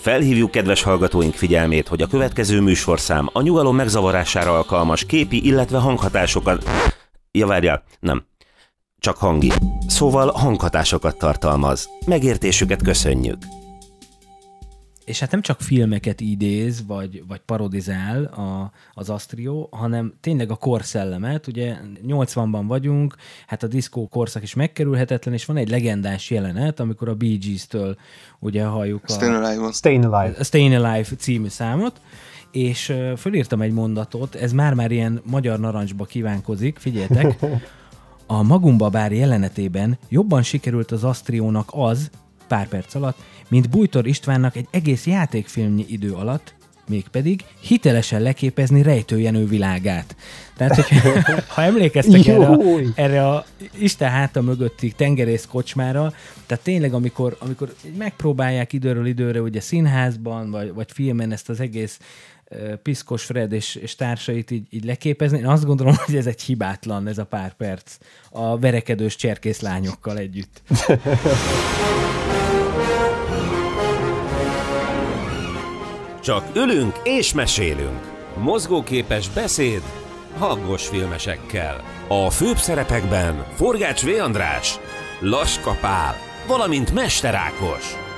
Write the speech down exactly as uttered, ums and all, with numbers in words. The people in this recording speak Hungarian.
Felhívjuk kedves hallgatóink figyelmét, hogy a következő műsorszám a nyugalom megzavarására alkalmas képi, illetve hanghatásokat... Ja, várjál, nem. Csak hangi. Szóval hanghatásokat tartalmaz. Megértésüket köszönjük. És hát nem csak filmeket idéz, vagy, vagy parodizál a, az Astrio, hanem tényleg a korszellemet. Ugye nyolcvanban vagyunk, hát a diszkó korszak is megkerülhetetlen, és van egy legendás jelenet, amikor a Bee Gees-től ugye halljuk a Stayin' Alive, Stayin' Alive. a Stayin' Alive című számot, és uh, fölírtam egy mondatot, ez már-már ilyen magyar narancsba kívánkozik, figyeljetek, a Magumba bár jelenetében jobban sikerült az Astriónak az, pár perc alatt, mint Bújtor Istvánnak egy egész játékfilmnyi idő alatt, mégpedig hitelesen leképezni Rejtő Jenő világát. Tehát, hogy ha emlékeztek erre a, erre a Isten háta mögötti tengerész kocsmára, tehát tényleg, amikor, amikor megpróbálják időről időre ugye színházban, vagy, vagy filmen ezt az egész uh, Piszkos Fred és, és társait így, így leképezni, én azt gondolom, hogy ez egy hibátlan, ez a pár perc a verekedős cserkészlányokkal együtt. Csak ülünk és mesélünk. Mozgóképes beszéd haggos filmesekkel. A főbb szerepekben Forgács V. András, Laska Pál, valamint Mester Ákos.